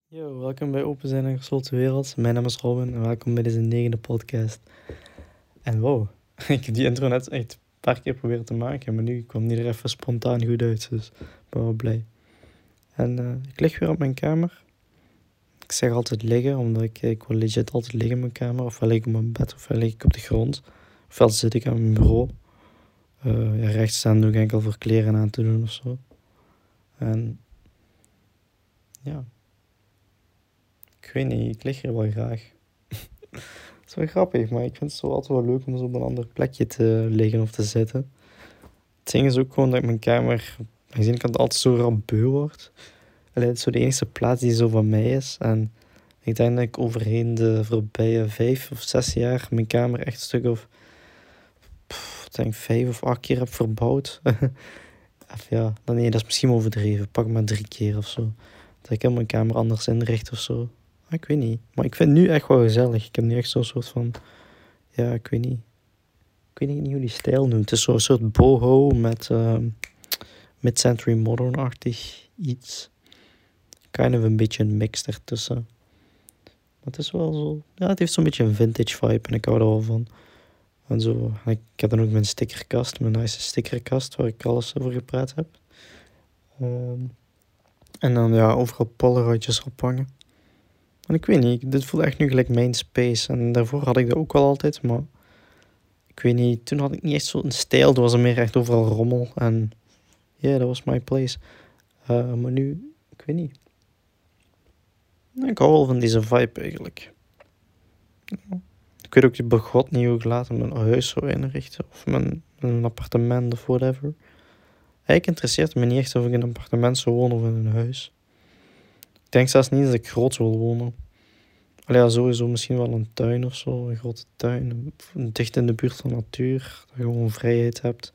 Yo, welkom bij Open Zijn en Gesloten Wereld. Mijn naam is Robin en welkom bij deze negende podcast. En wow, ik heb die intro net echt een paar keer proberen te maken, maar nu kwam die er even spontaan goed uit, dus ik ben wel blij. En ik lig weer op mijn kamer. Ik zeg altijd liggen, omdat ik wil legit altijd liggen in mijn kamer. Ofwel lig ik op mijn bed, ofwel lig ik op de grond. Ofwel zit ik aan mijn bureau. Ja, rechts staan doe ik enkel voor kleren aan te doen of zo. En ja, ik weet niet, ik lig hier wel graag. Het is wel grappig, maar ik vind het zo altijd wel leuk om zo op een ander plekje te liggen of te zitten. Het ding is ook gewoon dat ik mijn kamer aan de ene kant altijd zo rap beu word. Allee, het is zo de enige plaats die zo van mij is. En ik denk dat ik overheen de voorbije 5 of 6 jaar mijn kamer echt een stuk of, ik denk 5 of 8 keer heb verbouwd. Of ja, dan nee, dat is misschien overdreven. Pak maar 3 keer of zo. Dat ik heel mijn kamer anders inricht of zo. Ik weet niet. Maar ik vind het nu echt wel gezellig. Ik heb nu echt zo'n soort van, ja, ik weet niet. Ik weet niet hoe die stijl noemt. Het is zo'n soort boho met mid-century modern-achtig iets. Kind of een beetje een mix ertussen. Maar het is wel zo, ja, het heeft zo'n beetje een vintage vibe en ik hou er wel van. En zo, ik heb dan ook mijn stickerkast, mijn nice stickerkast waar ik alles over gepraat heb. Ehm, en dan ja, overal polaroidjes ophangen. En ik weet niet, dit voelt echt nu gelijk mijn space. En daarvoor had ik dat ook wel altijd, maar ik weet niet, toen had ik niet echt zo'n stijl. Er was er meer echt overal rommel en ja, dat was my place. Maar nu, ik weet niet. Ik hou wel van deze vibe eigenlijk. Ik weet ook bij God niet hoe ik later mijn huis zou inrichten. Of mijn appartement of whatever. Eigenlijk interesseert het me niet echt of ik in een appartement zou wonen of in een huis. Ik denk zelfs niet dat ik groot wil wonen. Allee, ja, sowieso misschien wel een tuin of zo. Een grote tuin. Dicht in de buurt van natuur. Dat je gewoon vrijheid hebt.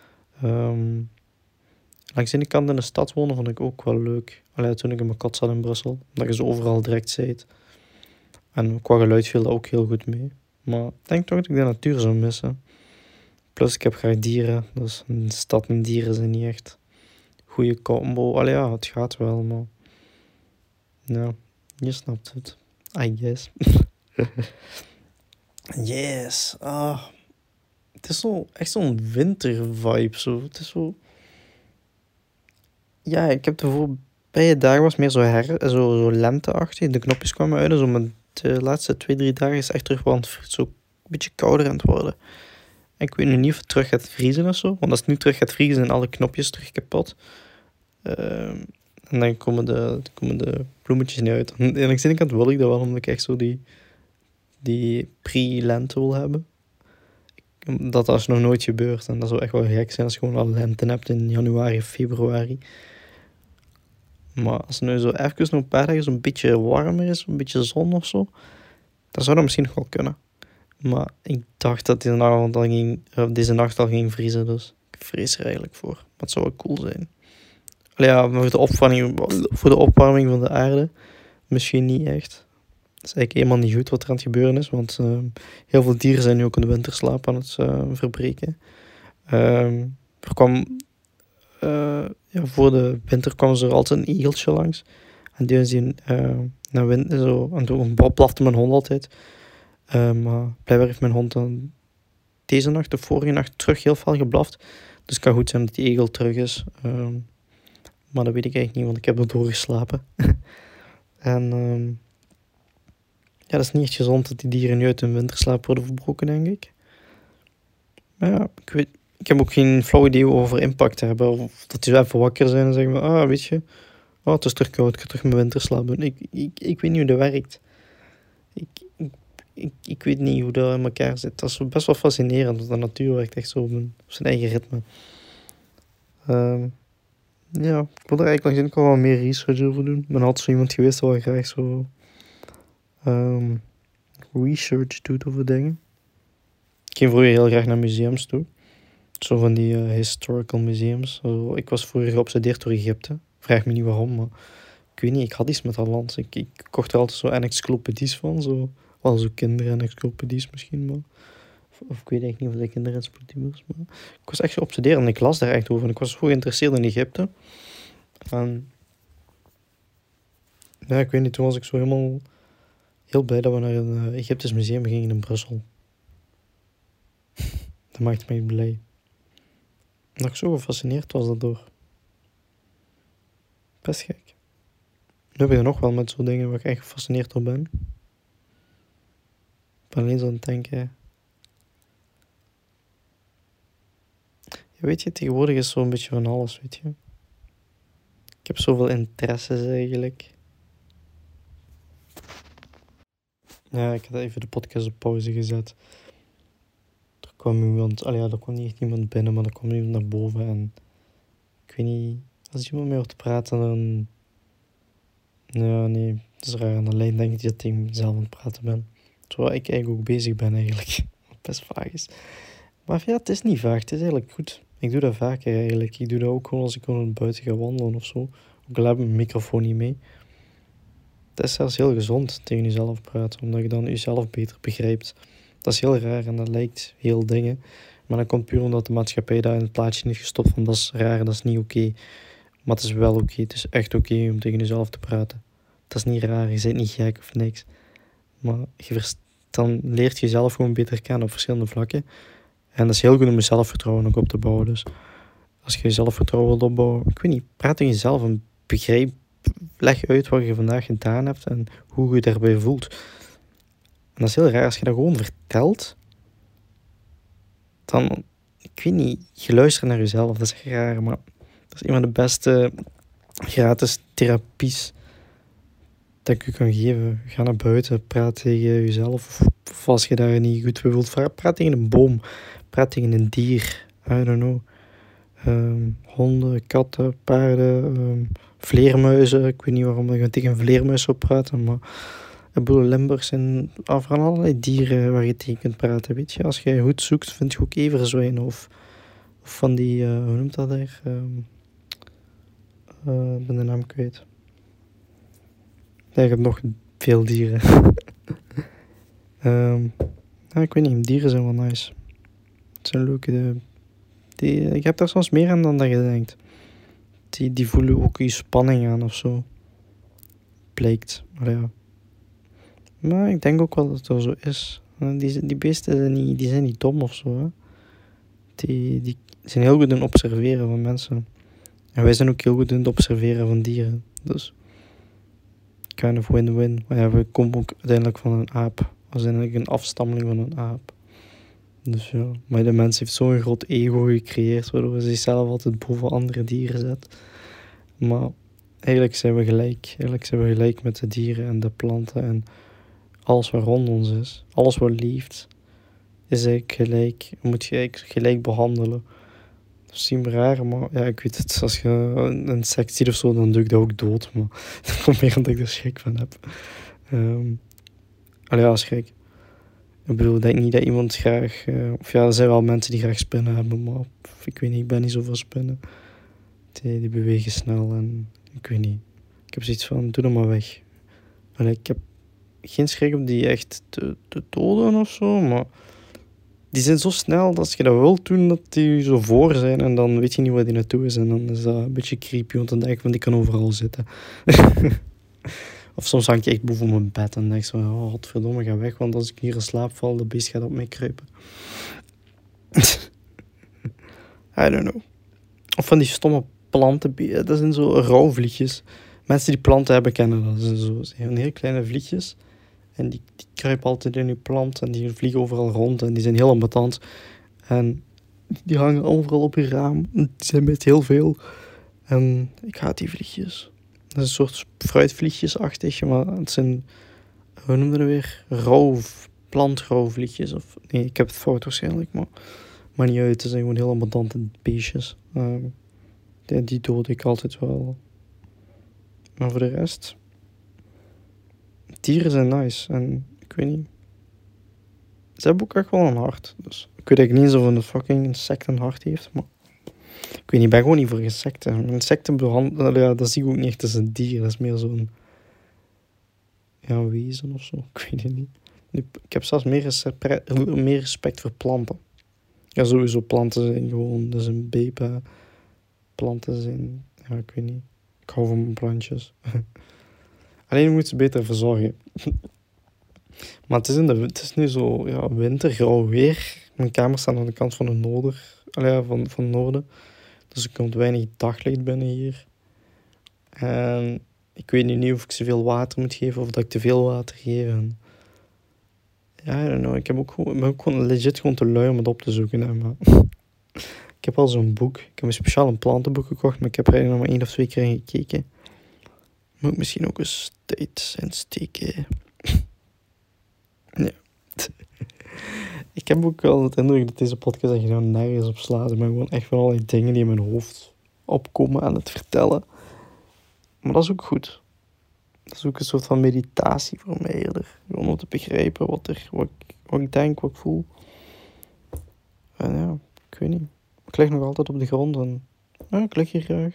Langs de ene kant in de stad wonen vond ik ook wel leuk. Allee, toen ik in mijn kot zat in Brussel. Dat je zo overal direct zit. En qua geluid viel dat ook heel goed mee. Maar ik denk toch dat ik de natuur zou missen. Plus ik heb graag dieren. Dus een stad en dieren zijn niet echt goede combo. Allee ja, het gaat wel, maar... Ja, je snapt het. I guess. Yes. Ah. Het is zo, echt zo'n wintervibe. Zo. Het is zo... Ja, ik heb de voorbije dagen was meer zo lenteachtig. De knopjes kwamen uit. En zo met de laatste 2, 3 dagen is het echt terug, want het zo een beetje kouder aan het worden. En ik weet nu niet of het terug gaat vriezen of zo. Want als het nu terug gaat vriezen, zijn alle knopjes terug kapot. En dan komen de bloemetjes niet uit. En aan de ene kant wil ik dat wel, omdat ik echt zo die pre-lente wil hebben. Dat is nog nooit gebeurd. En dat zou echt wel gek zijn als je gewoon al lente hebt in januari, februari. Maar als het nu zo even nog een paar dagen zo'n beetje warmer is, een beetje zon of zo, dan zou dat misschien nog wel kunnen. Maar ik dacht dat deze nacht al ging vriezen, dus ik vrees er eigenlijk voor. Maar het zou wel cool zijn. Allee, ja, maar voor de opwarming van de aarde misschien niet echt. Het is eigenlijk helemaal niet goed wat er aan het gebeuren is, want heel veel dieren zijn nu ook in de winterslaap aan het verbreken. Er kwam, ja, voor de winter kwam er altijd een egeltje langs. En die is naar winter zo, en toen blafte mijn hond altijd. Maar blijkbaar heeft mijn hond dan deze nacht, de vorige nacht, terug heel veel geblaft. Dus het kan goed zijn dat die egel terug is. Maar dat weet ik eigenlijk niet, want ik heb er doorgeslapen. En ja, dat is niet echt gezond dat die dieren nu uit hun winterslaap worden verbroken, denk ik. Maar ja, ik heb ook geen flauw idee over impact hebben. Of dat die zo even wakker zijn en zeggen, weet je, het is terug koud, ik ga terug mijn winterslaap doen. Ik weet niet hoe dat werkt. Ik, ik weet niet hoe dat in elkaar zit. Dat is best wel fascinerend, want de natuur werkt echt zo op zijn eigen ritme. Ja, ik wil er eigenlijk nog eens wel meer research over doen. Ik ben altijd zo iemand geweest die wel graag zo research doet over dingen. Ik ging vroeger heel graag naar museums toe. Zo van die historical museums. Ik was vroeger geobsedeerd door Egypte. Vraag me niet waarom, maar ik weet niet, ik had iets met dat land. Ik kocht er altijd zo encyclopedies van. Wel zo kinderencyclopedies misschien, maar... Of ik weet eigenlijk niet of dat kinderencyclopedie was, maar... Ik was echt geobsedeerd en ik las daar echt over. En ik was zo geïnteresseerd in Egypte. En... Ja, ik weet niet, toen was ik zo helemaal heel blij dat we naar een Egyptisch museum gingen in Brussel. Dat maakte mij blij. Dat ik zo gefascineerd was daardoor. Best gek. Nu heb ik er nog wel met zo'n dingen waar ik echt gefascineerd door ben. Ik ben alleen zo aan het denken. Ja, weet je, tegenwoordig is zo'n beetje van alles, weet je. Ik heb zoveel interesses eigenlijk. Ja, ik had even de podcast op pauze gezet. Er kwam iemand, er kwam niet echt iemand binnen, maar er kwam iemand naar boven. En ik weet niet, als iemand mee hoort te praten, dan... Ja, nee, het is raar. Aan de lijn denk ik dat ik zelf aan het praten ben. Terwijl ik eigenlijk ook bezig ben eigenlijk. Wat best vaag is. Maar ja, het is niet vaag. Het is eigenlijk goed. Ik doe dat vaker eigenlijk. Ik doe dat ook gewoon als ik gewoon buiten ga wandelen of zo. Ook al heb ik mijn microfoon niet mee. Het is zelfs heel gezond tegen jezelf praten. Omdat je dan jezelf beter begrijpt. Dat is heel raar en dat lijkt heel dingen. Maar dat komt puur omdat de maatschappij daar in het plaatje niet gestopt van dat is raar, dat is niet oké. Maar het is wel oké. Het is echt oké om tegen jezelf te praten. Dat is niet raar, je bent niet gek of niks. Maar dan leert je jezelf gewoon beter kennen op verschillende vlakken. En dat is heel goed om je zelfvertrouwen ook op te bouwen. Dus als je je zelfvertrouwen wilt opbouwen, ik weet niet, praat tegen jezelf en begrijp, leg uit wat je vandaag gedaan hebt en hoe je je daarbij voelt. En dat is heel raar, als je dat gewoon vertelt, dan, ik weet niet, je luistert naar jezelf, dat is echt raar, maar dat is een van de beste gratis therapies dat ik u kan geven. Ga naar buiten, praat tegen jezelf. Of als je daar niet goed bij voelt, praat tegen een boom. Praat tegen een dier. I don't know. Honden, katten, paarden, vleermuizen. Ik weet niet waarom je tegen een vleermuis zou praten, maar ik bedoel, Limburgs en van allerlei dieren waar je tegen kunt praten, weet je. Als je goed zoekt, vind je ook everzwijnen of van die, hoe noemt dat daar? Ik ben de naam kwijt. Ja, je hebt nog veel dieren. Ja, ik weet niet, dieren zijn wel nice. Het zijn leuke... je hebt daar soms meer aan dan dat je denkt. Die voelen ook je spanning aan of zo. Blijkt. Maar ja. Maar ik denk ook wel dat het wel zo is. Die beesten zijn niet dom of zo. Hè. Die zijn heel goed in observeren van mensen. En wij zijn ook heel goed in het observeren van dieren. Dus kind of win-win. Maar ja, we komen ook uiteindelijk van een aap. We zijn eigenlijk een afstammeling van een aap. Dus ja, maar de mens heeft zo'n groot ego gecreëerd, waardoor hij zichzelf altijd boven andere dieren zet. Maar eigenlijk zijn we gelijk. Eigenlijk zijn we gelijk met de dieren en de planten en alles wat rond ons is. Alles wat leeft, is eigenlijk gelijk. Moet je eigenlijk gelijk behandelen. Dat is niet raar, maar ja, ik weet het. Als je een insect ziet of zo, dan doe ik dat ook dood. Maar dat komt meer omdat ik er schrik van heb. Ja, schrik. Ik bedoel, ik denk niet dat iemand graag... of ja, er zijn wel mensen die graag spinnen hebben, maar ik weet niet, ik ben niet zo van spinnen. Die bewegen snel en ik weet niet. Ik heb zoiets van, doe dat maar weg. Ik heb geen schrik om die echt te doden of zo, maar die zijn zo snel dat als je dat wilt doen, dat die zo voor zijn en dan weet je niet waar die naartoe is en dan is dat een beetje creepy, want dan denk ik van, die kan overal zitten. Of soms hang je echt boven mijn bed en denk ik zo, oh, godverdomme, ga weg, want als ik hier in slaap val, de beest gaat op mij kruipen. I don't know. Of van die stomme planten, dat zijn zo rouwvliegjes. Mensen die planten hebben, kennen dat. Dat zijn heel kleine vliegjes. En die kruipen altijd in je plant en die vliegen overal rond en die zijn heel ambetant. En die hangen overal op je raam. Die zijn met heel veel. En ik haat die vliegjes. Dat is een soort fruitvliegjesachtig, maar het zijn, hoe noemde dat weer? Plantrouwvliegjes. Of, nee, ik heb het fout waarschijnlijk, maar niet uit. Het zijn gewoon heel ambetante beestjes. Die dood ik altijd wel. Maar voor de rest, dieren zijn nice. En ik weet niet, ze hebben ook echt wel een hart. Dus ik weet eigenlijk niet eens of een fucking insect een hart heeft, maar ik weet niet, ik ben gewoon niet voor insecten. Insecten behandelen, ja, dat zie ik ook niet echt als een dier. Dat is meer zo'n, ja, wezen of zo. Ik weet het niet. Ik heb zelfs meer respect voor planten. Ja, sowieso, planten zijn gewoon, dat is een baby. Planten zijn, ja, ik weet niet. Ik hou van mijn plantjes. Alleen je moet ze beter verzorgen. Maar het is nu zo winter, grauw weer. Mijn kamer staat aan de kant van de van het noorden. Dus er komt weinig daglicht binnen hier. En ik weet nu niet of ik ze veel water moet geven of dat ik te veel water geef. En ja, I don't know. Ik ben ook gewoon legit gewoon te lui om het op te zoeken. Hè, maar ik heb al zo'n boek. Ik heb een speciaal plantenboek gekocht, maar ik heb er eigenlijk nog maar 1 of 2 keer in gekeken. Moet ik misschien ook eens tijd in steken. Ja. Ik heb ook wel het indruk dat deze podcast echt gewoon nergens op slaat. Ik ben gewoon echt van allerlei dingen die in mijn hoofd opkomen aan het vertellen. Maar dat is ook goed. Dat is ook een soort van meditatie voor mij eerder. Gewoon om te begrijpen wat ik denk, wat ik voel. En ja, ik weet niet. Ik lig nog altijd op de grond en ik lig hier graag.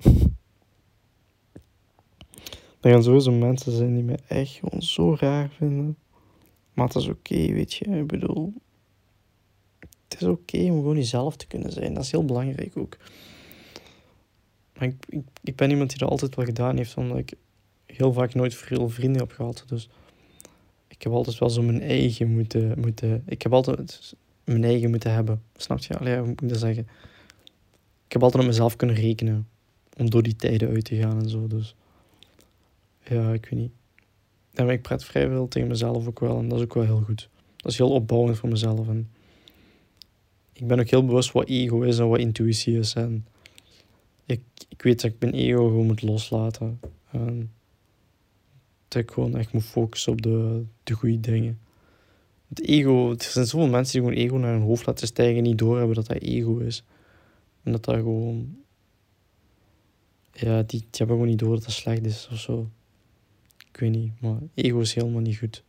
Er gaan sowieso mensen zijn die mij echt gewoon zo raar vinden. Maar het is oké, weet je. Ik bedoel, het is oké om gewoon jezelf te kunnen zijn. Dat is heel belangrijk ook. Maar ik ben iemand die dat altijd wel gedaan heeft, omdat ik heel vaak nooit veel vrienden heb gehad. Dus ik heb altijd wel zo mijn eigen moeten... Ik heb altijd mijn eigen moeten hebben. Snap je? Allee, hoe moet ik dat zeggen? Ik heb altijd op mezelf kunnen rekenen. Om door die tijden uit te gaan en zo. Dus ja, ik weet niet. Ja, maar ik praat vrij veel tegen mezelf ook wel. En dat is ook wel heel goed. Dat is heel opbouwend voor mezelf. En ik ben ook heel bewust wat ego is en wat intuïtie is. En ik weet dat ik mijn ego gewoon moet loslaten. En dat ik gewoon echt moet focussen op de goede dingen. Het ego, er zijn zoveel mensen die gewoon ego naar hun hoofd laten stijgen en niet doorhebben dat dat ego is. En dat gewoon... Ja, die hebben gewoon niet door dat dat slecht is of zo. Ik weet niet, maar ego is helemaal niet goed.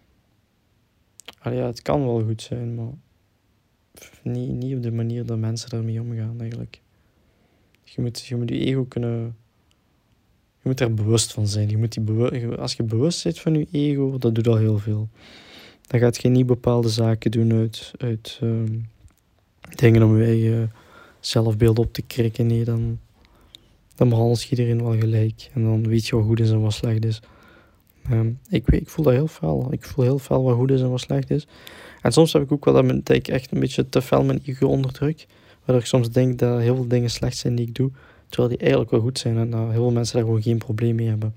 Ja, het kan wel goed zijn, maar niet op de manier dat mensen daarmee omgaan eigenlijk. Je moet je ego kunnen... Je moet er bewust van zijn. Je moet als je bewust bent van je ego, dat doet al heel veel. Dan gaat je niet bepaalde zaken doen uit dingen om je eigen zelfbeeld op te krikken. Nee, dan behandelt je iedereen wel gelijk. En dan weet je wat goed is en wat slecht is. Ik voel dat heel fel. Ik voel heel fel wat goed is en wat slecht is. En soms heb ik ook wel dat ik echt een beetje te fel mijn ego onderdruk. Waardoor ik soms denk dat heel veel dingen slecht zijn die ik doe. Terwijl die eigenlijk wel goed zijn. En dat heel veel mensen daar gewoon geen probleem mee hebben.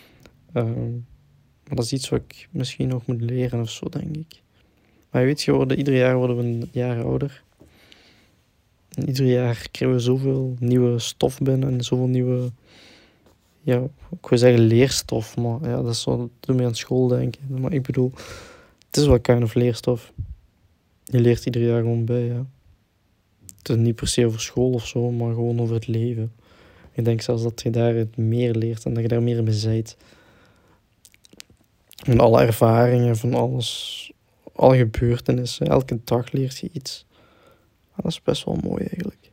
Maar dat is iets wat ik misschien nog moet leren of zo, denk ik. Maar je weet, ieder jaar worden we een jaar ouder. En ieder jaar krijgen we zoveel nieuwe stof binnen. En zoveel nieuwe... Ja, ik wil zeggen leerstof. Maar ja, dat is zo... Dat doe me aan school denken. Maar ik bedoel... Het is wel kind of leerstof. Je leert ieder jaar gewoon bij, ja. Het is niet per se over school of zo, maar gewoon over het leven. Ik denk zelfs dat je daar het meer leert en dat je daar meer mee zijt. En alle ervaringen van alles, alle gebeurtenissen, elke dag leert je iets. Dat is best wel mooi eigenlijk.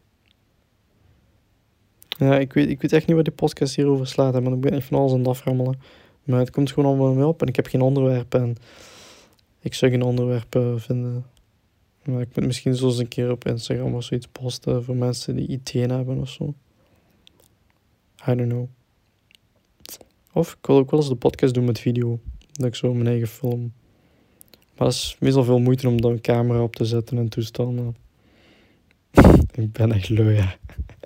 Ja, ik weet echt niet wat die podcast hierover slaat, hè, maar ik ben echt van alles aan het aframmelen. Maar het komt gewoon allemaal mee op en ik heb geen onderwerp en ik zou geen onderwerpen vinden. Maar ik moet misschien zo eens een keer op Instagram of zoiets posten voor mensen die ideeën hebben of zo. I don't know. Of ik wil ook wel eens de podcast doen met video. Dat ik zo mijn eigen film. Maar het is meestal veel moeite om dan een camera op te zetten en toestanden. Ik ben echt lui, ja.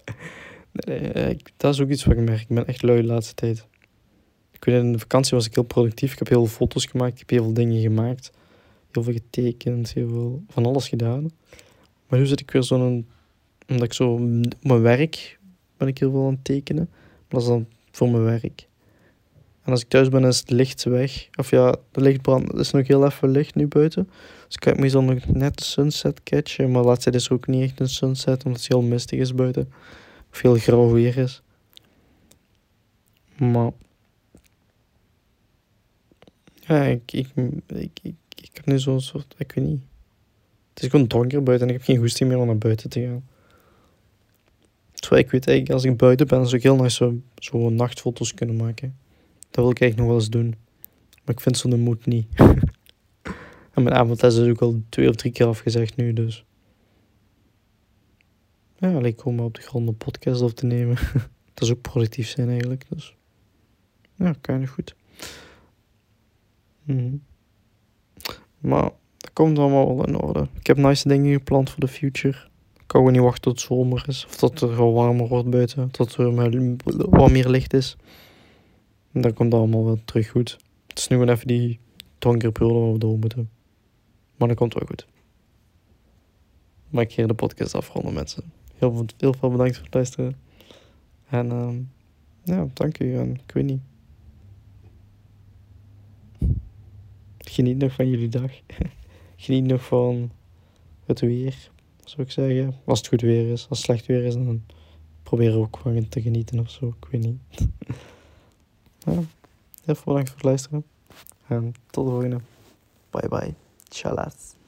Dat is ook iets wat ik merk. Ik ben echt lui de laatste tijd. Ik weet, in de vakantie was ik heel productief. Ik heb heel veel foto's gemaakt. Ik heb heel veel dingen gemaakt. Heel veel getekend. Heel veel van alles gedaan. Maar nu zit ik weer zo'n... Omdat ik zo... Op mijn werk ben ik heel veel aan het tekenen. Maar dat is dan voor mijn werk. En als ik thuis ben, is het licht weg. Of ja, de lichtbrand is nog heel even licht nu buiten. Dus ik kan meestal nog net de sunset catchen. Maar laatst is er ook niet echt een sunset, omdat het heel mistig is buiten. Of heel grauw weer is. Maar... Ja, ik heb nu zo'n soort... Ik weet niet. Het is gewoon donker buiten en ik heb geen goesting meer om naar buiten te gaan. Terwijl ik weet eigenlijk, als ik buiten ben, zou ik heel nice zo nachtfoto's kunnen maken. Dat wil ik eigenlijk nog wel eens doen. Maar ik vind zo de moed niet. En mijn avondles is ook al 2 of 3 keer afgezegd nu, dus... Ja, ik kom maar op de grond een podcast op te nemen. Dat is ook productief zijn eigenlijk, dus... Ja, kind of goed. Mhm. Maar dat komt allemaal wel in orde. Ik heb nice dingen gepland voor de future. Ik kan gewoon niet wachten tot het zomer is. Of tot het gewoon warmer wordt buiten. Tot er wat meer licht is. En dan komt het allemaal wel terug goed. Het is nu gewoon even die donkere periode waar we door moeten. Maar dat komt wel goed. Maar ik ga hier de podcast afronden, mensen. Heel veel bedankt voor het luisteren. En ja, dank u. En ik weet niet. Geniet nog van jullie dag. Geniet nog van het weer, zou ik zeggen. Als het goed weer is. Als het slecht weer is, dan probeer ook van te genieten of zo. Ik weet niet. Ja, heel veel bedankt voor het luisteren. En tot de volgende. Bye bye. Tjallas.